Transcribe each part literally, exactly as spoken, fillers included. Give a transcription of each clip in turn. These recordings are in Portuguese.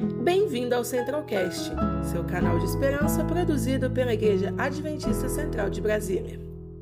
Bem-vindo ao Centralcast, seu canal de esperança produzido pela Igreja Adventista Central de Brasília.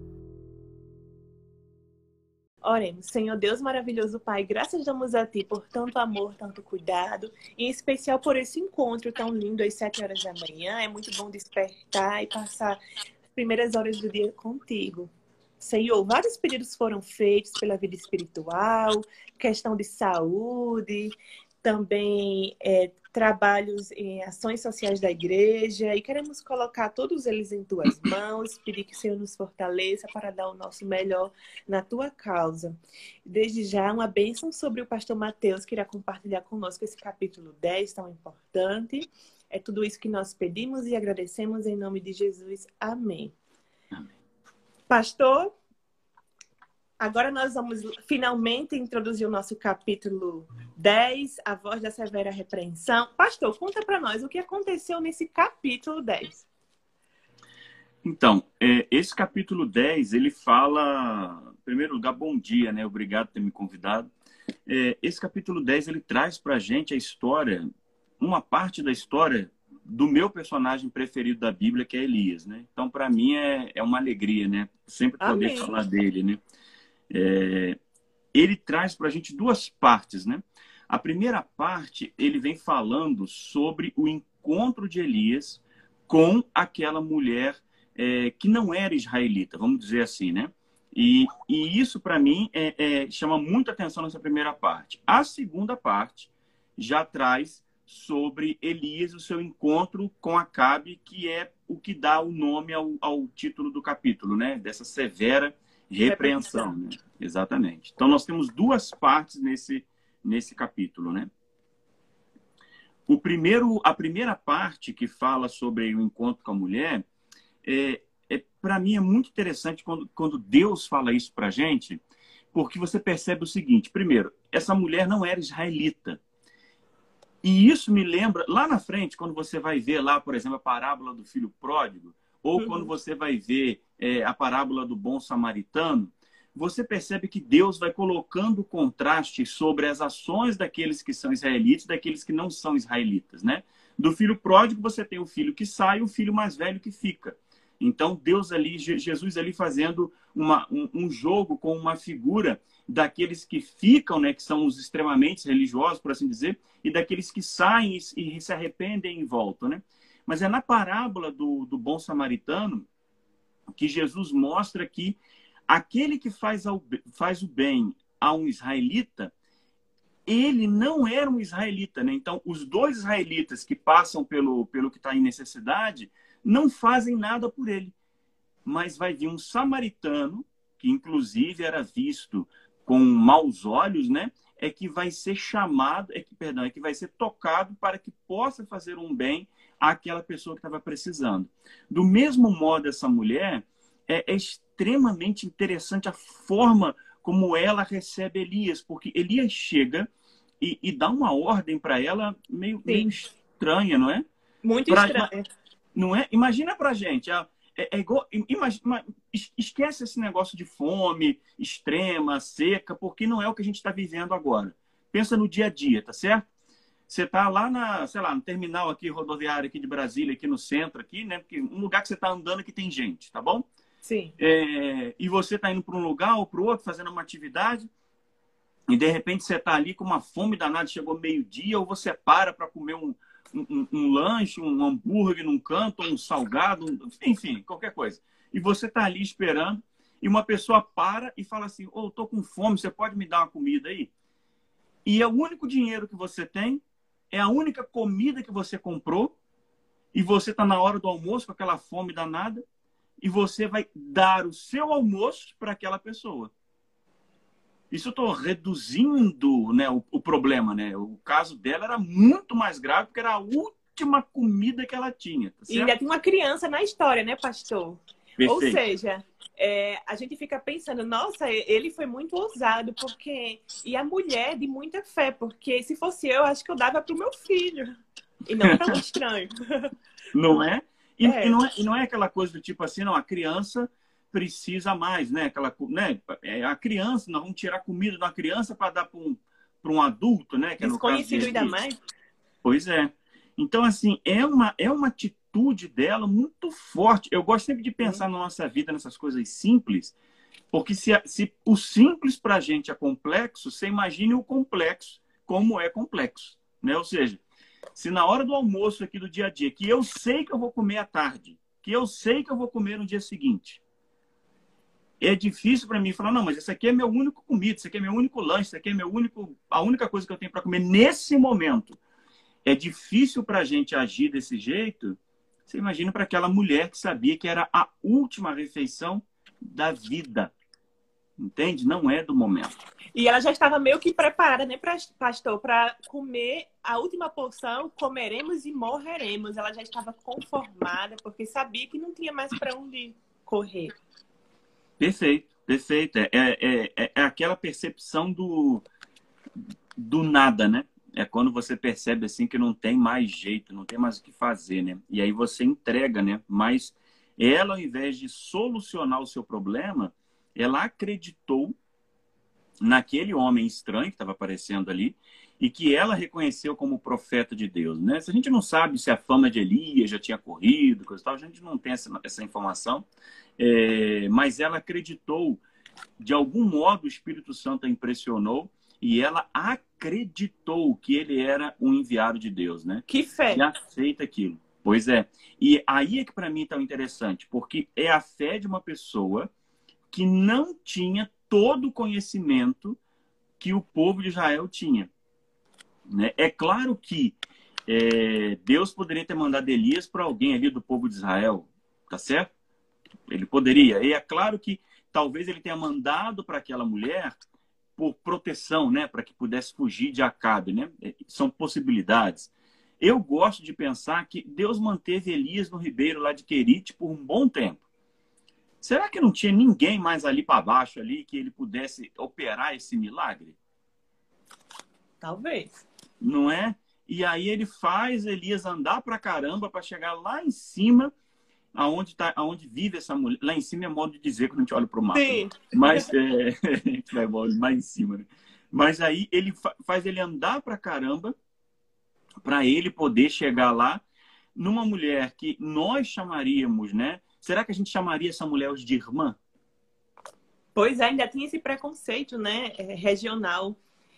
Oremos. Senhor Deus maravilhoso Pai, graças damos a Ti por tanto amor, tanto cuidado, e em especial por esse encontro tão lindo às sete horas da manhã. É muito bom despertar e passar as primeiras horas do dia contigo. Senhor, vários pedidos foram feitos pela vida espiritual, questão de saúde, também é, trabalhos em ações sociais da igreja, e queremos colocar todos eles em Tuas mãos, pedir que o Senhor nos fortaleça para dar o nosso melhor na Tua causa. Desde já, uma bênção sobre o pastor Mateus, que irá compartilhar conosco esse capítulo dez, tão importante. É tudo isso que nós pedimos e agradecemos em nome de Jesus. Amém. Amém. Pastor, agora nós vamos finalmente introduzir o nosso capítulo dez, a voz da severa repreensão. Pastor, conta para nós o que aconteceu nesse capítulo dez. Então, é, esse capítulo dez, ele fala, em primeiro lugar, bom dia, né? Obrigado por ter me convidado. É, esse capítulo dez, ele traz para a gente a história, uma parte da história do meu personagem preferido da Bíblia, que é Elias, né? Então, para mim, é, é uma alegria, né? Sempre poder Amém. falar dele, né? É, ele traz para a gente duas partes, né? A primeira parte, ele vem falando sobre o encontro de Elias com aquela mulher é, que não era israelita, vamos dizer assim, né? E, e isso, para mim, é, é, chama muita atenção nessa primeira parte. A segunda parte já traz sobre Elias, o seu encontro com Acabe, que é o que dá o nome ao, ao título do capítulo, né? Dessa severa repreensão, né? Exatamente. Então, nós temos duas partes nesse, nesse capítulo, né? O primeiro, a primeira parte, que fala sobre o encontro com a mulher, é, é, para mim é muito interessante quando, quando Deus fala isso para a gente, porque você percebe o seguinte: primeiro, essa mulher não era israelita. E isso me lembra, lá na frente, quando você vai ver lá, por exemplo, a parábola do filho pródigo, ou uhum. quando você vai ver é, a parábola do bom samaritano, você percebe que Deus vai colocando contraste sobre as ações daqueles que são israelitas e daqueles que não são israelitas, né? Do filho pródigo, você tem o filho que sai e o filho mais velho que fica. Então, Deus ali, Jesus ali fazendo uma, um, um jogo com uma figura daqueles que ficam, né, que são os extremamente religiosos, por assim dizer, e daqueles que saem e, e se arrependem e voltam, né? Mas é na parábola do, do bom samaritano que Jesus mostra que aquele que faz, ao, faz o bem a um israelita, ele não era um israelita, né? Então, os dois israelitas que passam pelo, pelo que está em necessidade não fazem nada por ele. Mas vai vir um samaritano, que inclusive era visto com maus olhos, né? É que vai ser chamado, é que, perdão, é que vai ser tocado para que possa fazer um bem àquela pessoa que estava precisando. Do mesmo modo, essa mulher, é, é extremamente interessante a forma como ela recebe Elias, porque Elias chega e, e dá uma ordem para ela meio, meio estranha, não é? Muito pra, estranha. Não é? Imagina pra gente, é, é igual, imagina, esquece esse negócio de fome extrema, seca, porque não é o que a gente está vivendo agora. Pensa no dia a dia, tá certo? Você está lá na, sei lá, no terminal aqui, rodoviário aqui de Brasília, aqui no centro, aqui, né? Porque um lugar que você está andando que tem gente, tá bom? Sim. É, e você está indo para um lugar ou para o outro, fazendo uma atividade, e de repente você está ali com uma fome danada, chegou meio-dia, ou você para para comer um, um, um lanche, um hambúrguer num canto, um salgado, um, enfim, qualquer coisa. E você está ali esperando, e uma pessoa para e fala assim: ô, oh, estou com fome, você pode me dar uma comida aí? E é o único dinheiro que você tem, é a única comida que você comprou, e você está na hora do almoço com aquela fome danada, e você vai dar o seu almoço para aquela pessoa. Isso eu estou reduzindo, né, o, o problema, né? O caso dela era muito mais grave, porque era a última comida que ela tinha. Tá certo? E ainda tem uma criança na história, né, pastor? Perfeito. Ou seja, é, a gente fica pensando, nossa, ele foi muito ousado, porque... E a mulher de muita fé, porque se fosse eu, acho que eu dava para o meu filho. E não tão estranho. Não é? E, é. E, não é? e não é aquela coisa do tipo assim, não, a criança precisa mais, né? Aquela, né? A criança, nós vamos tirar comida da criança para dar para um, para um adulto, né? Que Desconhecido é no caso de ainda mais. Pois é. Então, assim, é uma, é uma atitude dela muito forte. Eu gosto sempre de pensar na nossa vida, nessas coisas simples, porque se, se o simples para a gente é complexo, você imagine o complexo, como é complexo, né? Ou seja, se na hora do almoço aqui do dia a dia, que eu sei que eu vou comer à tarde, que eu sei que eu vou comer no dia seguinte, é difícil para mim falar, não, mas esse aqui é meu único comida, esse aqui é meu único lanche, esse aqui é meu único, a única coisa que eu tenho para comer nesse momento. É difícil para a gente agir desse jeito. Você imagina para aquela mulher que sabia que era a última refeição da vida. Entende? Não é do momento. E ela já estava meio que preparada, né, pastor, para comer a última porção, comeremos e morreremos. Ela já estava conformada, porque sabia que não tinha mais para onde correr. Perfeito, perfeito. É, é, é, é aquela percepção do, do nada, né? É quando você percebe assim que não tem mais jeito, não tem mais o que fazer, né? E aí você entrega, né? Mas ela, ao invés de solucionar o seu problema, ela acreditou naquele homem estranho que estava aparecendo ali e que ela reconheceu como profeta de Deus, né? Se a gente não sabe se a fama de Elias já tinha corrido, coisa e tal, a gente não tem essa, essa informação, é, mas ela acreditou, de algum modo o Espírito Santo a impressionou e ela acreditou que ele era um enviado de Deus, né? Que fé! E aceita aquilo. Pois é. E aí é que para mim está interessante, porque é a fé de uma pessoa que não tinha todo o conhecimento que o povo de Israel tinha. Né? É claro que é, Deus poderia ter mandado Elias para alguém ali do povo de Israel, tá certo? Ele poderia. E é claro que talvez ele tenha mandado para aquela mulher por proteção, né? Para que pudesse fugir de Acabe, né? São possibilidades. Eu gosto de pensar que Deus manteve Elias no ribeiro lá de Querite por um bom tempo. Será que não tinha ninguém mais ali para baixo ali que ele pudesse operar esse milagre? Talvez. Não é? E aí ele faz Elias andar para caramba para chegar lá em cima, aonde, tá, aonde vive essa mulher. Lá em cima é modo de dizer quando a gente olha para o mapa. Sim. Né? Mas é, a gente vai mais em cima. Né? Mas aí ele fa faz ele andar para caramba para ele poder chegar lá numa mulher que nós chamaríamos, né? Será que a gente chamaria essa mulher hoje de irmã? Pois é, ainda tinha esse preconceito, né, regional.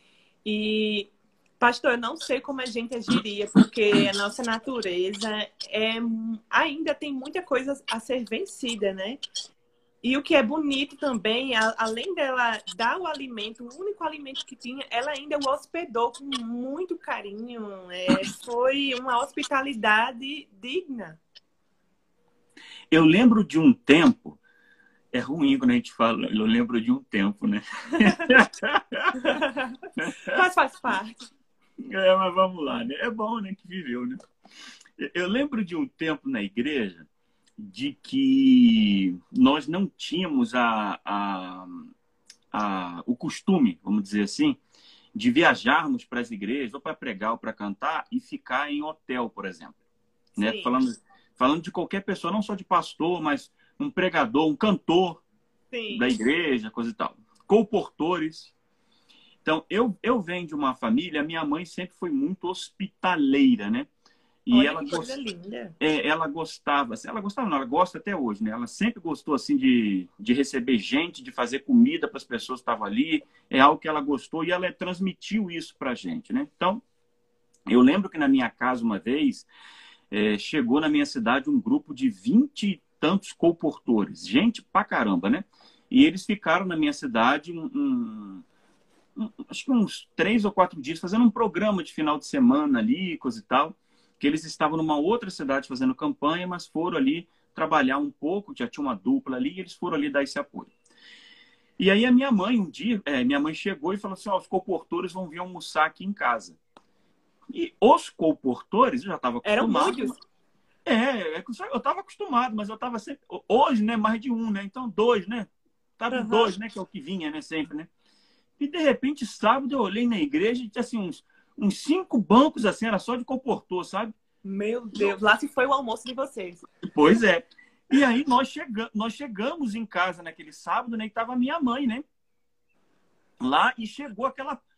E, pastor, eu não sei como a gente agiria, porque a nossa natureza é, ainda tem muita coisa a ser vencida, né? E o que é bonito também, a, além dela dar o alimento, o único alimento que tinha, ela ainda o hospedou com muito carinho. É, foi uma hospitalidade digna. Eu lembro de um tempo, é ruim quando a gente fala, eu lembro de um tempo, né? Mas faz parte. É, mas vamos lá, né? É bom, né, que viveu, né? Eu lembro de um tempo na igreja de que nós não tínhamos a, a, a, o costume, vamos dizer assim, de viajarmos para as igrejas, ou para pregar, ou para cantar, e ficar em hotel, por exemplo. Né? Falando... Falando de qualquer pessoa, não só de pastor, mas um pregador, um cantor Sim. da igreja, coisa e tal. Colportores. Então, eu, eu venho de uma família, minha mãe sempre foi muito hospitaleira, né? E Olha, ela, que coisa linda. É, ela gostava, ela gostava não, ela gosta até hoje, né? Ela sempre gostou, assim, de, de receber gente, de fazer comida para as pessoas que estavam ali. É algo que ela gostou e ela transmitiu isso para a gente, né? Então, eu lembro que na minha casa, uma vez... É, chegou na minha cidade um grupo de vinte e tantos colportores. Gente pra caramba, né? E eles ficaram na minha cidade um, um, um, acho que uns três ou quatro dias fazendo um programa de final de semana ali, coisa e tal. Que eles estavam numa outra cidade fazendo campanha, mas foram ali trabalhar um pouco, já tinha uma dupla ali, e eles foram ali dar esse apoio. E aí a minha mãe, um dia, é, minha mãe chegou e falou assim, ó, os colportores vão vir almoçar aqui em casa. E os colportores, eu já estava acostumado. Eram muitos? É, eu estava acostumado, mas eu estava sempre... Hoje, né, mais de um, né? Então, dois, né? Tava uhum. dois, né? Que é o que vinha, né? Sempre, né? E, de repente, sábado, eu olhei na igreja e tinha, assim, uns, uns cinco bancos, assim, era só de colportor, sabe? Meu Deus, lá se foi o almoço de vocês. Pois é. E aí, nós, chega... nós chegamos em casa naquele sábado, né? E tava a minha mãe, né? Lá, e chegou aquela...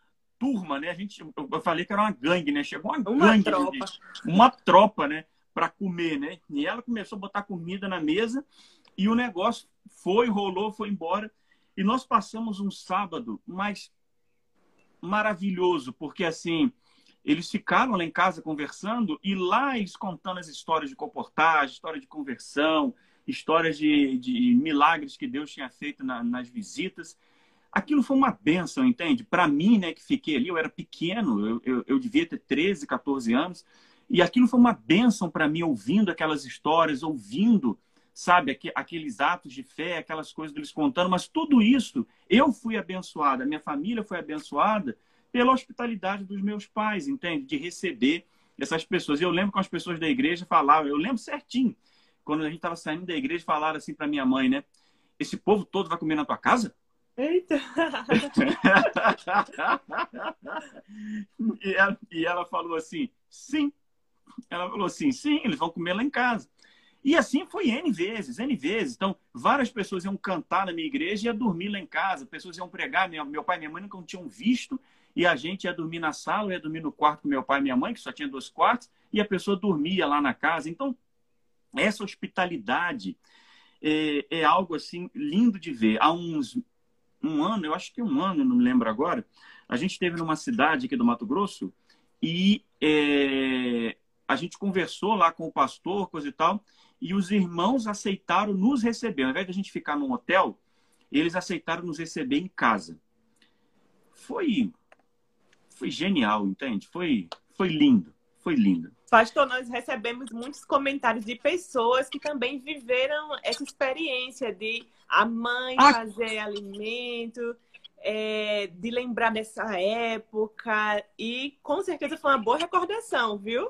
turma, né? A gente, eu falei que era uma gangue, né? Chegou uma, Uma gangue, tropa. de, uma tropa, né? Para comer, né? E ela começou a botar comida na mesa e o negócio foi, rolou, foi embora. E nós passamos um sábado mais maravilhoso, porque assim, eles ficaram lá em casa conversando e lá eles contando as histórias de comportagem, história de conversão, histórias de, de milagres que Deus tinha feito na, nas visitas. Aquilo foi uma bênção, entende? Para mim, né, que fiquei ali, eu era pequeno, eu, eu, eu devia ter treze, quatorze anos, e aquilo foi uma bênção para mim, ouvindo aquelas histórias, ouvindo, sabe, aqu aqueles atos de fé, aquelas coisas deles contando, mas tudo isso, eu fui abençoada, a minha família foi abençoada pela hospitalidade dos meus pais, entende? De receber essas pessoas. Eu lembro que as pessoas da igreja falavam, eu lembro certinho, quando a gente estava saindo da igreja, falaram assim para minha mãe, né? Esse povo todo vai comer na tua casa? Eita! e, ela, e ela falou assim, sim. Ela falou assim, sim, eles vão comer lá em casa. E assim foi N vezes, N vezes. Então, várias pessoas iam cantar na minha igreja e ia dormir lá em casa. Pessoas iam pregar, meu, meu pai e minha mãe nunca tinham visto. E a gente ia dormir na sala, ia dormir no quarto com meu pai e minha mãe, que só tinha dois quartos. E a pessoa dormia lá na casa. Então, essa hospitalidade é, é algo assim lindo de ver. Há uns um ano, eu acho que um ano, não me lembro agora, a gente esteve numa cidade aqui do Mato Grosso e é, a gente conversou lá com o pastor, coisa e tal, e os irmãos aceitaram nos receber. Ao invés de a gente ficar num hotel, eles aceitaram nos receber em casa. Foi, foi genial, entende? Foi, foi lindo, foi lindo. Pastor, nós recebemos muitos comentários de pessoas que também viveram essa experiência de a mãe Ah. fazer alimento, é, de lembrar dessa época. E com certeza foi uma boa recordação, viu?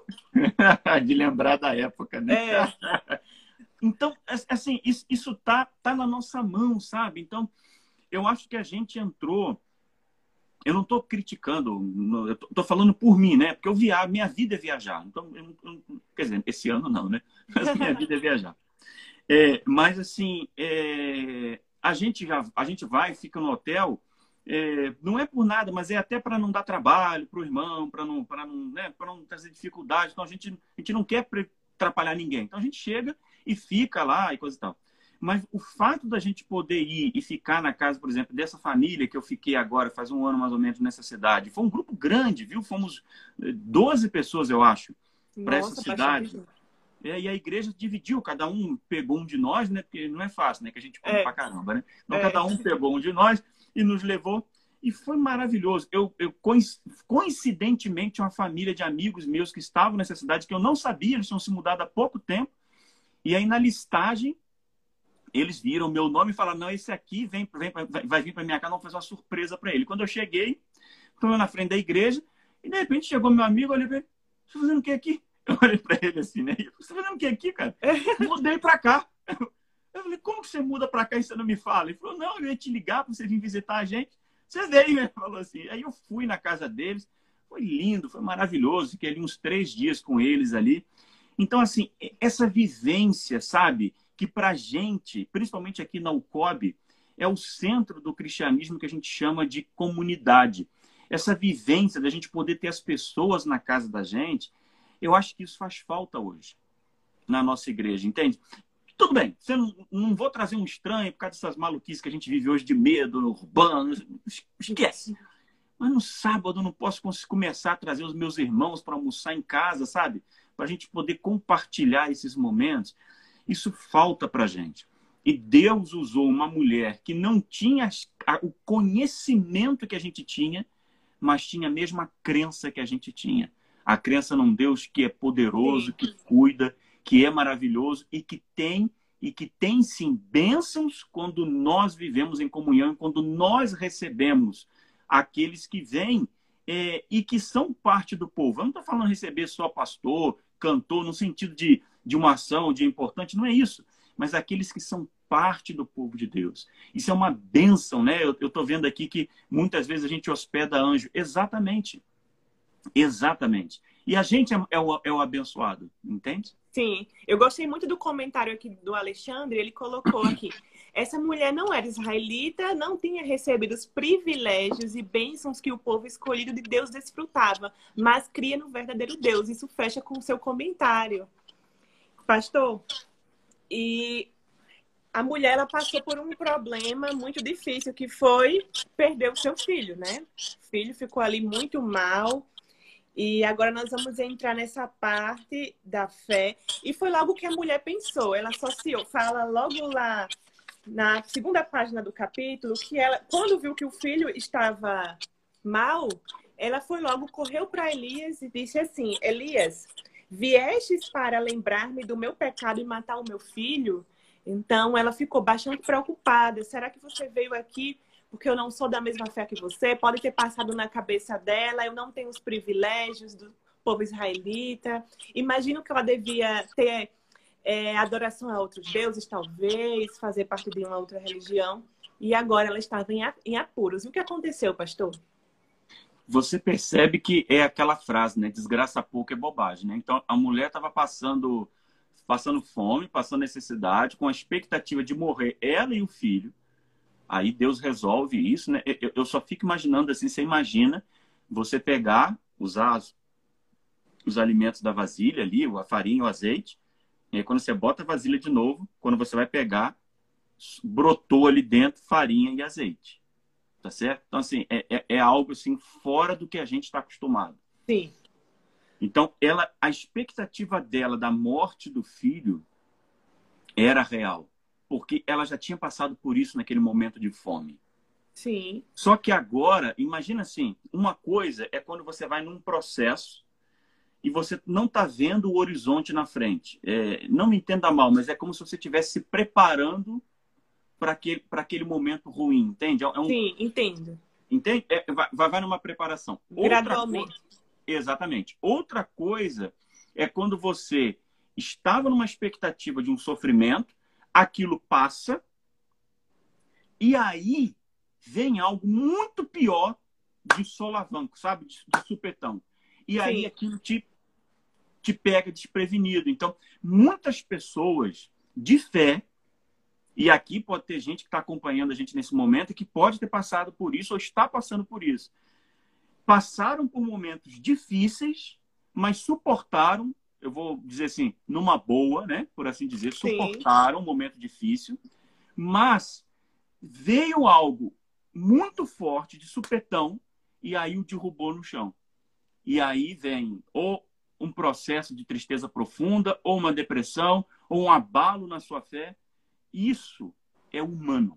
De lembrar da época, né? É. Então, assim, isso, isso tá, tá na nossa mão, sabe? Então, eu acho que a gente entrou... Eu não estou criticando, eu estou falando por mim, né? Porque eu via, minha vida é viajar. Então, eu, eu, quer dizer, esse ano não, né? Mas minha vida é viajar. É, mas, assim, é, a, gente já, a gente vai, fica no hotel, é, não é por nada, mas é até para não dar trabalho para o irmão, para não, para não, né, para não trazer dificuldade. Então, a gente, a gente não quer atrapalhar ninguém. Então, a gente chega e fica lá e coisa e tal. Mas o fato da gente poder ir e ficar na casa, por exemplo, dessa família que eu fiquei agora, faz um ano mais ou menos nessa cidade, foi um grupo grande, viu? Fomos doze pessoas, eu acho, para essa cidade. É, e a igreja dividiu, cada um pegou um de nós, né? Porque não é fácil, né? Que a gente come é. pra caramba, né? Então, é. cada um pegou um de nós e nos levou. E foi maravilhoso. Eu, eu, coincidentemente, uma família de amigos meus que estavam nessa cidade, que eu não sabia, eles tinham se mudado há pouco tempo. E aí, na listagem, eles viram o meu nome e falaram, não, esse aqui vem, vem, vai, vai vir para minha casa, vamos fazer uma surpresa para ele. Quando eu cheguei, estou na frente da igreja, e de repente chegou meu amigo, eu olhei para ele, você está fazendo o que aqui? Eu olhei para ele assim, né? Você está fazendo o que aqui, cara? Mudei para cá. Eu falei, como que você muda para cá e você não me fala? Ele falou, não, eu ia te ligar para você vir visitar a gente. Você veio, ele falou assim. Aí eu fui na casa deles, foi lindo, foi maravilhoso, fiquei ali uns três dias com eles ali. Então, assim, essa vivência, sabe? Que para a gente, principalmente aqui na U C O B, é o centro do cristianismo que a gente chama de comunidade. Essa vivência da gente poder ter as pessoas na casa da gente, eu acho que isso faz falta hoje na nossa igreja, entende? Tudo bem, você não, não vou trazer um estranho por causa dessas maluquices que a gente vive hoje de medo, urbano, esquece. Mas no sábado eu não posso começar a trazer os meus irmãos para almoçar em casa, sabe? Para a gente poder compartilhar esses momentos. Isso falta para a gente. E Deus usou uma mulher que não tinha o conhecimento que a gente tinha, mas tinha a mesma crença que a gente tinha. A crença num Deus que é poderoso, que cuida, que é maravilhoso e que tem, e que tem sim bênçãos quando nós vivemos em comunhão, quando nós recebemos aqueles que vêm é, e que são parte do povo. Eu não estou falando receber só pastor, cantor, no sentido de, de uma ação, de importante, não é isso. Mas aqueles que são parte do povo de Deus. Isso é uma bênção, né? Eu estou vendo aqui que muitas vezes a gente hospeda anjo. Exatamente. Exatamente. E a gente é, é, o, é o abençoado, entende? Sim, eu gostei muito do comentário aqui do Alexandre, ele colocou aqui, essa mulher não era israelita, não tinha recebido os privilégios e bênçãos que o povo escolhido de Deus desfrutava, mas cria no verdadeiro Deus. Isso fecha com o seu comentário, pastor. E a mulher, ela passou por um problema muito difícil, que foi perder o seu filho, né? O filho ficou ali muito mal. E agora nós vamos entrar nessa parte da fé. E foi logo o que a mulher pensou. Ela associou, fala logo lá na segunda página do capítulo, que ela, quando viu que o filho estava mal, ela foi logo, correu para Elias e disse assim, Elias, viestes para lembrar-me do meu pecado e matar o meu filho? Então ela ficou bastante preocupada. Será que você veio aqui porque eu não sou da mesma fé que você? Pode ter passado na cabeça dela, eu não tenho os privilégios do povo israelita. Imagino que ela devia ter é, adoração a outros deuses, talvez, fazer parte de uma outra religião. E agora ela estava em, em apuros. E o que aconteceu, pastor? Você percebe que é aquela frase, né? Desgraça pouco é bobagem, né? Então, a mulher estava passando, passando fome, passando necessidade, com a expectativa de morrer, ela e o filho. Aí Deus resolve isso, né? Eu só fico imaginando assim, você imagina você pegar, usar os, os alimentos da vasilha ali, a farinha, o azeite, e aí quando você bota a vasilha de novo, quando você vai pegar, brotou ali dentro farinha e azeite. Tá certo? Então, assim, é, é, é algo assim fora do que a gente está acostumado. Sim. Então, ela, a expectativa dela da morte do filho era real. Porque ela já tinha passado por isso naquele momento de fome. Sim. Só que agora, imagina assim, uma coisa é quando você vai num processo e você não está vendo o horizonte na frente. É, não me entenda mal, mas é como se você estivesse se preparando para aquele, para aquele momento ruim, entende? É um, Sim, entendo. Entende? É, vai, vai numa preparação. Gradualmente. Outra coisa, exatamente. Outra coisa é quando você estava numa expectativa de um sofrimento, aquilo passa, e aí vem algo muito pior de solavanco, sabe? De, de supetão. E aí Sim. aquilo te, te pega desprevenido. Então, muitas pessoas de fé, e aqui pode ter gente que está acompanhando a gente nesse momento e que pode ter passado por isso ou está passando por isso. Passaram por momentos difíceis, mas suportaram, eu vou dizer assim, numa boa, né? Por assim dizer, suportaram um momento difícil, mas veio algo muito forte de supetão e aí o derrubou no chão. E aí vem ou um processo de tristeza profunda, ou uma depressão, ou um abalo na sua fé. Isso é humano.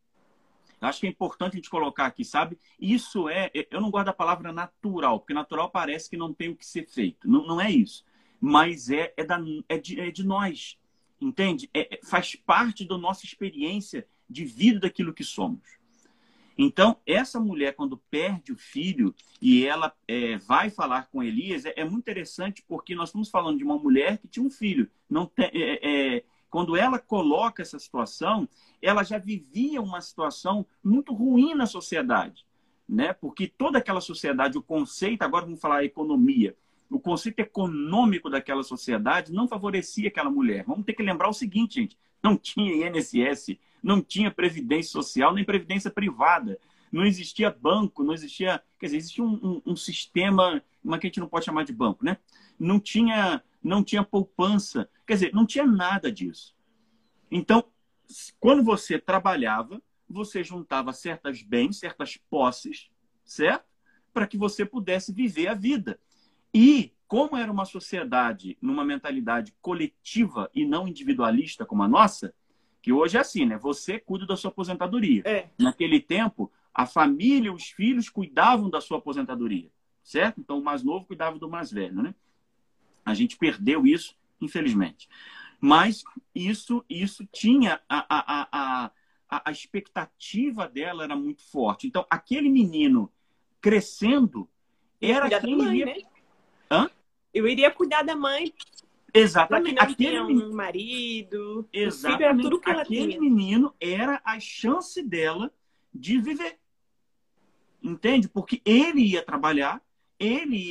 Acho que é importante a gente colocar aqui, sabe? Isso é, eu não gosto da palavra natural, porque natural parece que não tem o que ser feito. Não, não é isso. Mas é, é, da, é, de, é de nós, entende? É, faz parte da nossa experiência de vida daquilo que somos. Então, essa mulher, quando perde o filho e ela é, vai falar com Elias, é, é muito interessante porque nós estamos falando de uma mulher que tinha um filho. Não tem, é, é, quando ela coloca essa situação, ela já vivia uma situação muito ruim na sociedade, né? Porque toda aquela sociedade, o conceito, agora vamos falar economia, o conceito econômico daquela sociedade não favorecia aquela mulher. Vamos ter que lembrar o seguinte, gente, não tinha I N S S, não tinha previdência social, nem previdência privada, não existia banco, não existia, quer dizer, existia um, um, um sistema, mas que a gente não pode chamar de banco, né? Não tinha, não tinha poupança, quer dizer, não tinha nada disso. Então, quando você trabalhava, você juntava certos bens, certas posses, certo? Para que você pudesse viver a vida. E, como era uma sociedade numa mentalidade coletiva e não individualista como a nossa, que hoje é assim, né? Você cuida da sua aposentadoria. É. Naquele tempo, a família, os filhos cuidavam da sua aposentadoria, certo? Então, o mais novo cuidava do mais velho, né? A gente perdeu isso, infelizmente. Mas isso, isso tinha... A, a, a, a, a expectativa dela era muito forte. Então, aquele menino crescendo era quem mãe, iria... né? Hã? Eu iria cuidar da mãe. Exatamente. Ela que não aquele tinha um menino... marido. Exatamente. Era tudo que ela aquele tinha. menino era a chance dela de viver. Entende? Porque ele ia trabalhar, ele ia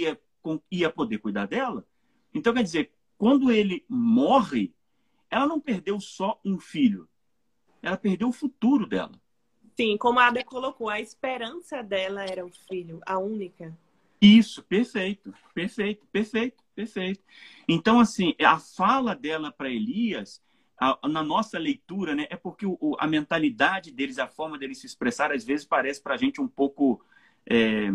ia poder cuidar dela. Então, quer dizer, quando ele morre, ela não perdeu só um filho, ela perdeu o futuro dela. Sim, como a Ada colocou, a esperança dela era o filho, a única. Isso, perfeito, perfeito, perfeito, perfeito. Então, assim, a fala dela para Elias, a, na nossa leitura, né, é porque o, a mentalidade deles, a forma deles se expressar, às vezes parece para a gente um pouco é,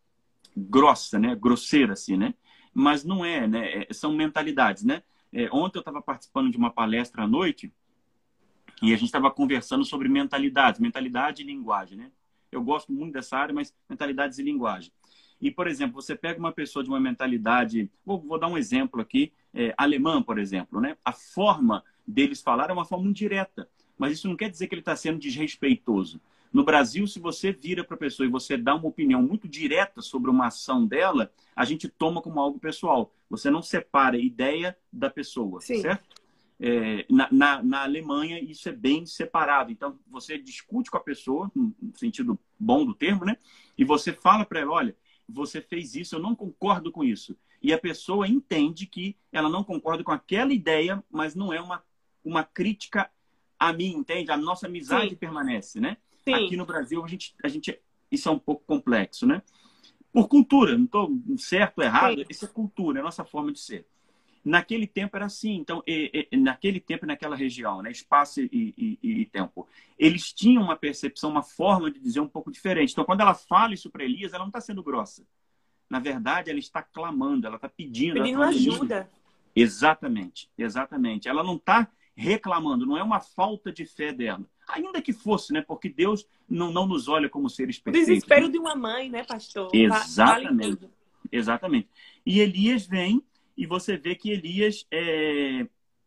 grossa, né, grosseira, assim, né? Mas não é, né? São mentalidades, né? É, ontem eu estava participando de uma palestra à noite e a gente estava conversando sobre mentalidades, mentalidade e linguagem, né? Eu gosto muito dessa área, mas mentalidades e linguagem. E, por exemplo, você pega uma pessoa de uma mentalidade, vou, vou dar um exemplo aqui, é, alemã, por exemplo, né? A forma deles falar é uma forma muito direta, mas isso não quer dizer que ele está sendo desrespeitoso. No Brasil, se você vira para a pessoa e você dá uma opinião muito direta sobre uma ação dela, a gente toma como algo pessoal. Você não separa a ideia da pessoa, Sim. certo? É, na, na, na Alemanha, isso é bem separado. Então, você discute com a pessoa, no sentido bom do termo, né? E você fala para ela, olha, você fez isso, eu não concordo com isso. E a pessoa entende que ela não concorda com aquela ideia, mas não é uma, uma crítica a mim, entende? A nossa amizade Sim. permanece, né? Sim. Aqui no Brasil, a gente, a gente, isso é um pouco complexo, né? Por cultura, não estou certo ou errado, Sim. isso é cultura, é a nossa forma de ser. Naquele tempo era assim, então, e, e, naquele tempo e naquela região, né, espaço e, e, e tempo, eles tinham uma percepção, uma forma de dizer um pouco diferente. Então, quando ela fala isso para Elias, ela não está sendo grossa. Na verdade, ela está clamando, ela está pedindo. Pedindo ela tá ajuda. Exatamente, exatamente. Ela não está reclamando, não é uma falta de fé dela. Ainda que fosse, né? Porque Deus não, não nos olha como seres O perfeitos. desespero Né? de uma mãe, né, pastor? Exatamente. Vale tudo. Exatamente. E Elias vem e você vê que Elias é,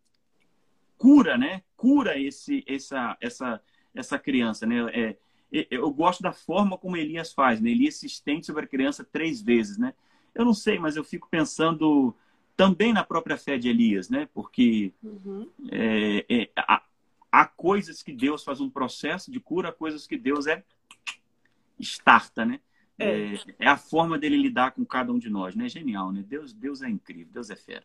cura, né? Cura esse, essa, essa, essa criança, né? É, eu gosto da forma como Elias faz, né? Elias se estende sobre a criança três vezes, né? Eu não sei, mas eu fico pensando também na própria fé de Elias, né? Porque Uhum. é, é, há, há coisas que Deus faz um processo de cura, há coisas que Deus é starta, né? É. É, é a forma dele lidar com cada um de nós, né? Genial, né? Deus, Deus é incrível, Deus é fera.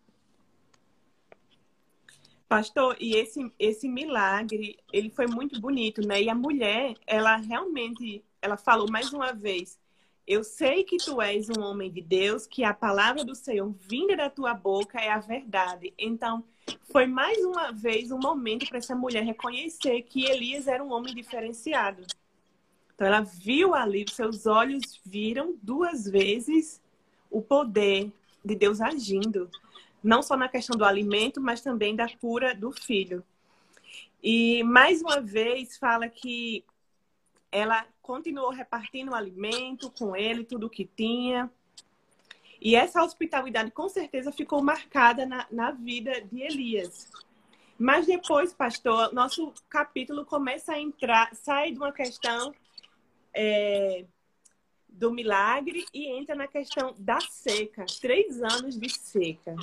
Pastor, e esse, esse milagre, ele foi muito bonito, né? E a mulher, ela realmente, ela falou mais uma vez, eu sei que tu és um homem de Deus, que a palavra do Senhor vinda da tua boca é a verdade. Então, foi mais uma vez um momento para essa mulher reconhecer que Elias era um homem diferenciado. Então, ela viu ali, seus olhos viram duas vezes o poder de Deus agindo. Não só na questão do alimento, mas também da cura do filho. E, mais uma vez, fala que ela continuou repartindo o alimento com ele, tudo o que tinha. E essa hospitalidade, com certeza, ficou marcada na, na vida de Elias. Mas depois, pastor, nosso capítulo começa a entrar, sai de uma questão é, do milagre e entra na questão da seca. Três anos de seca.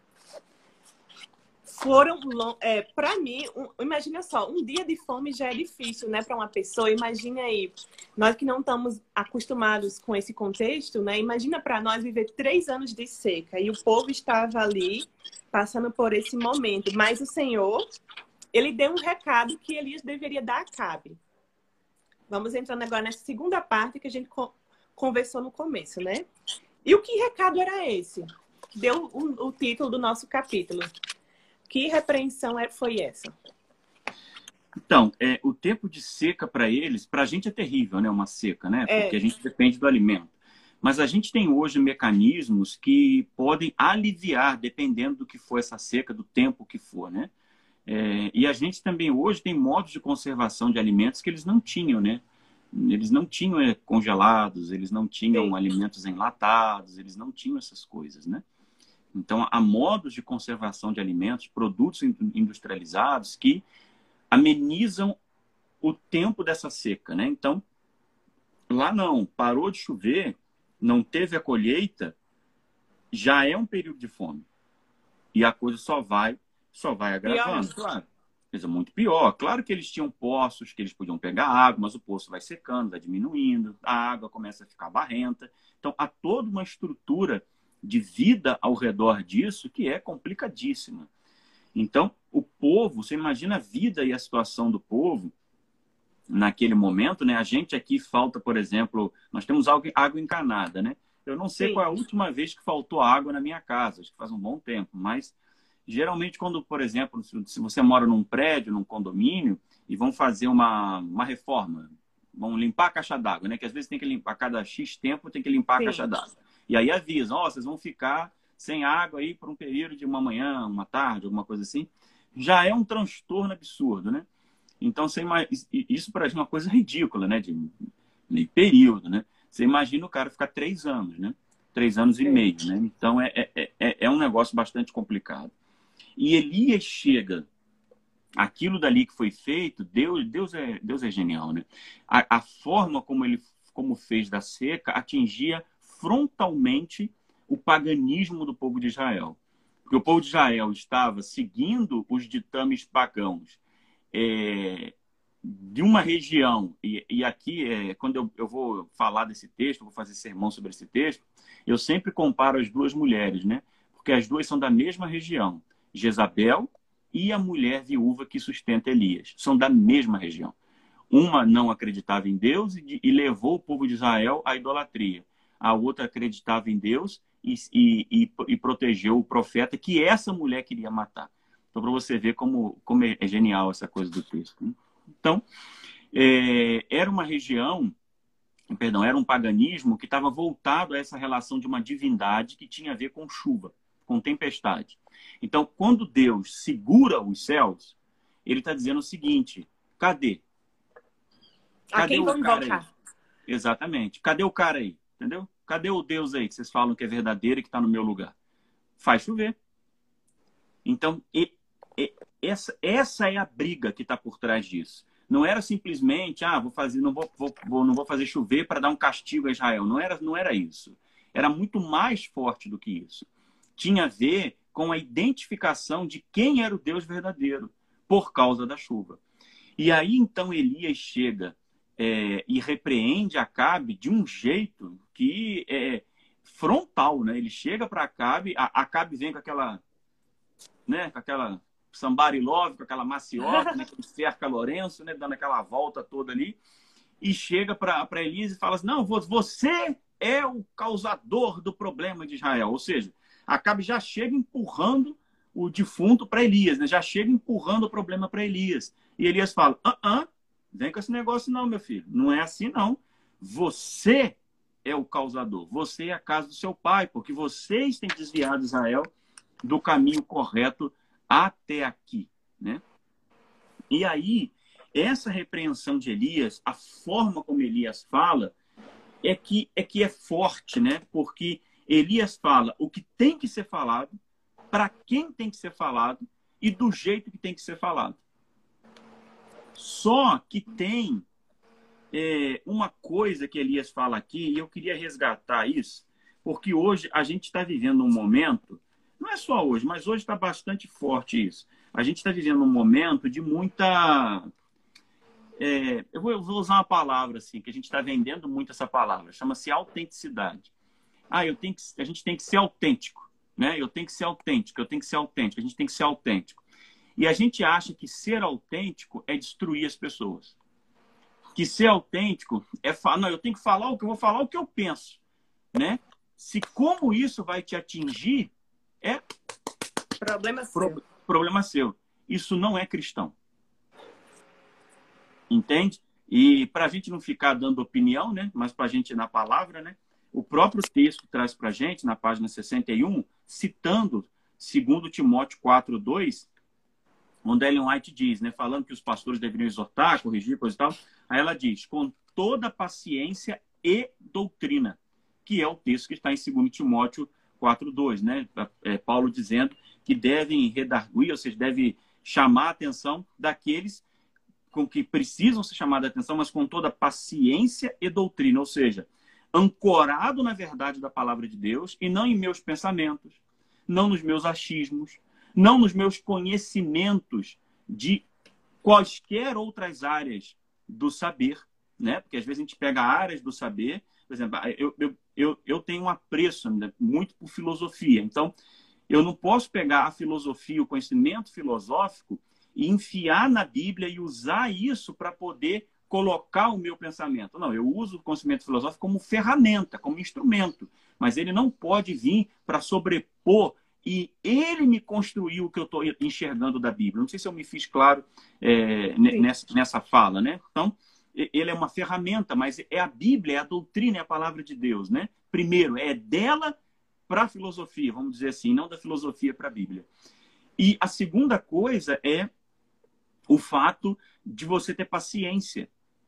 Foram, é, para mim, um, imagina só, um dia de fome já é difícil, né, para uma pessoa. Imagina aí, nós que não estamos acostumados com esse contexto, né, imagina para nós viver três anos de seca. E o povo estava ali, passando por esse momento. Mas o Senhor, ele deu um recado que Elias deveria dar a Acabe. Vamos entrando agora nessa segunda parte que a gente conversou no começo, né? E o que recado era esse? Deu o, o título do nosso capítulo. Que repreensão foi essa? Então, é, o tempo de seca para eles, para a gente é terrível, né? Uma seca, né? Porque é. a gente depende do alimento. Mas a gente tem hoje mecanismos que podem aliviar, dependendo do que for essa seca, do tempo que for, né? É, e a gente também hoje tem modos de conservação de alimentos que eles não tinham, né? Eles não tinham é, congelados, eles não tinham Sim. alimentos enlatados, eles não tinham essas coisas, né? Então, há modos de conservação de alimentos, produtos industrializados que amenizam o tempo dessa seca, né? Então, lá não, parou de chover, não teve a colheita, já é um período de fome. E a coisa só vai, só vai agravando, pior. Claro. Coisa muito pior. Claro que eles tinham poços, que eles podiam pegar água, mas o poço vai secando, vai diminuindo, a água começa a ficar barrenta. Então, há toda uma estrutura de vida ao redor disso que é complicadíssima. Então, o povo, você imagina a vida e a situação do povo naquele momento, né? A gente aqui falta, por exemplo, nós temos água encanada, né? Eu não sei Sim. qual é a última vez que faltou água na minha casa, acho que faz um bom tempo, mas geralmente quando, por exemplo, se você mora num prédio, num condomínio, e vão fazer uma, uma reforma, vão limpar a caixa d'água, né? Que às vezes tem que limpar, a cada X tempo tem que limpar Sim. a caixa d'água. E aí avisam, ó, oh, vocês vão ficar sem água aí por um período de uma manhã, uma tarde, alguma coisa assim. Já é um transtorno absurdo, né? Então, você imagina, isso para a gente é uma coisa ridícula, né? De meio período, né? Você imagina o cara ficar três anos, né? Três anos e meio, né? Então, é, é, é, é um negócio bastante complicado. E Elias chega, aquilo dali que foi feito, Deus, Deus, é, Deus é genial, né? A, a forma como ele como fez da seca atingia frontalmente o paganismo do povo de Israel. Porque o povo de Israel estava seguindo os ditames pagãos é, de uma região, e, e aqui, é, quando eu, eu vou falar desse texto, vou fazer sermão sobre esse texto, eu sempre comparo as duas mulheres, né? Porque as duas são da mesma região, Jezabel e a mulher viúva que sustenta Elias, são da mesma região. Uma não acreditava em Deus e, e levou o povo de Israel à idolatria. A outra acreditava em Deus e, e, e, e protegeu o profeta que essa mulher queria matar. Então, para você ver como, como é genial essa coisa do texto. Né? Então, é, era uma região, perdão, era um paganismo que estava voltado a essa relação de uma divindade que tinha a ver com chuva, com tempestade. Então, quando Deus segura os céus, ele está dizendo o seguinte, cadê? Cadê a quem vão invocar? Exatamente. Cadê o cara aí? Entendeu? Cadê o Deus aí que vocês falam que é verdadeiro e que está no meu lugar? Faz chover. Então, e, e, essa, essa é a briga que está por trás disso. Não era simplesmente, ah, vou fazer, não vou, vou, vou, não vou fazer chover para dar um castigo a Israel. Não era, não era isso. Era muito mais forte do que isso. Tinha a ver com a identificação de quem era o Deus verdadeiro por causa da chuva. E aí, então, Elias chega é, e repreende Acabe de um jeito que é frontal, né? Ele chega para Acabe, a Acabe vem com aquela, né, com aquela somebody love, com aquela maciota, né, que cerca Lourenço, né, dando aquela volta toda ali, e chega para Elias e fala assim, não, você é o causador do problema de Israel. Ou seja, Acabe já chega empurrando o defunto para Elias, né? Já chega empurrando o problema para Elias. E Elias fala, ah, ah, vem com esse negócio não, meu filho. Não é assim, não. Você é o causador. Você é a casa do seu pai, porque vocês têm desviado Israel do caminho correto até aqui, né? E aí, essa repreensão de Elias, a forma como Elias fala, é que é, que é forte, né? Porque Elias fala o que tem que ser falado, para quem tem que ser falado e do jeito que tem que ser falado. Só que tem é, uma coisa que Elias fala aqui, e eu queria resgatar isso, porque hoje a gente está vivendo um momento, não é só hoje, mas hoje está bastante forte isso. A gente está vivendo um momento de muita... É, eu, vou, eu vou usar uma palavra assim, que a gente está vendendo muito essa palavra, chama-se autenticidade. Ah, eu tenho que, a gente tem que ser autêntico, né? Eu tenho que ser autêntico, eu tenho que ser autêntico, a gente tem que ser autêntico. E a gente acha que ser autêntico é destruir as pessoas. Que ser autêntico é falar, não, eu tenho que falar o que eu vou falar, o que eu penso, né? Se como isso vai te atingir, é problema seu. Pro, problema seu. Isso não é cristão. Entende? E para a gente não ficar dando opinião, né? Mas para a gente ir na palavra, né? O próprio texto traz para a gente, na página sessenta e um, citando segundo Timóteo quatro, dois, onde Ellen White diz, né, falando que os pastores deveriam exortar, corrigir, coisa e tal, aí ela diz, com toda paciência e doutrina, que é o texto que está em segundo Timóteo quatro, dois, né? É, Paulo dizendo que devem redarguir, ou seja, deve chamar a atenção daqueles com que precisam ser chamados a atenção, mas com toda paciência e doutrina, ou seja, ancorado na verdade da palavra de Deus e não em meus pensamentos, não nos meus achismos, não nos meus conhecimentos de quaisquer outras áreas do saber, né? Porque às vezes a gente pega áreas do saber, por exemplo, eu, eu, eu, eu tenho um apreço ainda muito por filosofia. Então, eu não posso pegar a filosofia, o conhecimento filosófico, e enfiar na Bíblia e usar isso para poder colocar o meu pensamento. Não, eu uso o conhecimento filosófico como ferramenta, como instrumento, mas ele não pode vir para sobrepor e ele me construiu o que eu estou enxergando da Bíblia. Não sei se eu me fiz claro é, nessa, nessa fala, né? Então, ele é uma ferramenta, mas é a Bíblia, é a doutrina, é a palavra de Deus, né? Primeiro, é dela para a filosofia, vamos dizer assim, não da filosofia para a Bíblia. E a segunda coisa é o fato de você ter paciência.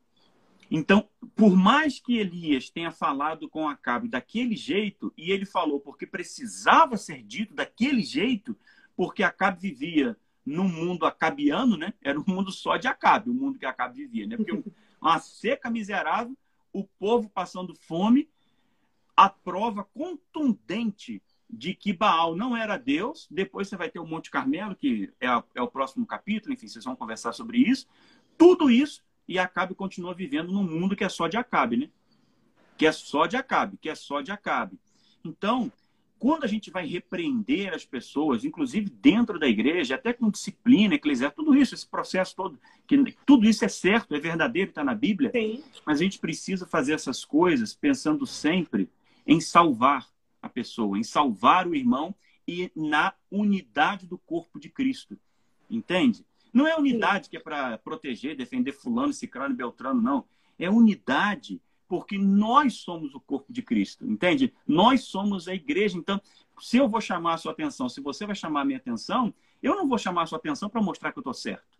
Então, por mais que Elias tenha falado com Acabe daquele jeito, e ele falou porque precisava ser dito daquele jeito, porque Acabe vivia num mundo acabiano, né? Era um mundo só de Acabe, o mundo que Acabe vivia, né? Porque uma seca miserável, o povo passando fome, a prova contundente de que Baal não era Deus. Depois você vai ter o Monte Carmelo, que é, a, é o próximo capítulo, enfim, vocês vão conversar sobre isso. Tudo isso, e Acabe continua vivendo num mundo que é só de Acabe, né? Que é só de Acabe, que é só de Acabe. Então, quando a gente vai repreender as pessoas, inclusive dentro da igreja, até com disciplina, eclesiástica, tudo isso, esse processo todo, que tudo isso é certo, é verdadeiro, está na Bíblia, Sim. Mas a gente precisa fazer essas coisas pensando sempre em salvar a pessoa, em salvar o irmão e na unidade do corpo de Cristo. Entende? Não é unidade que é para proteger, defender fulano, cicrano e beltrano, não. É unidade porque nós somos o corpo de Cristo, entende? Nós somos a igreja. Então, se eu vou chamar a sua atenção, se você vai chamar a minha atenção, eu não vou chamar a sua atenção para mostrar que eu estou certo.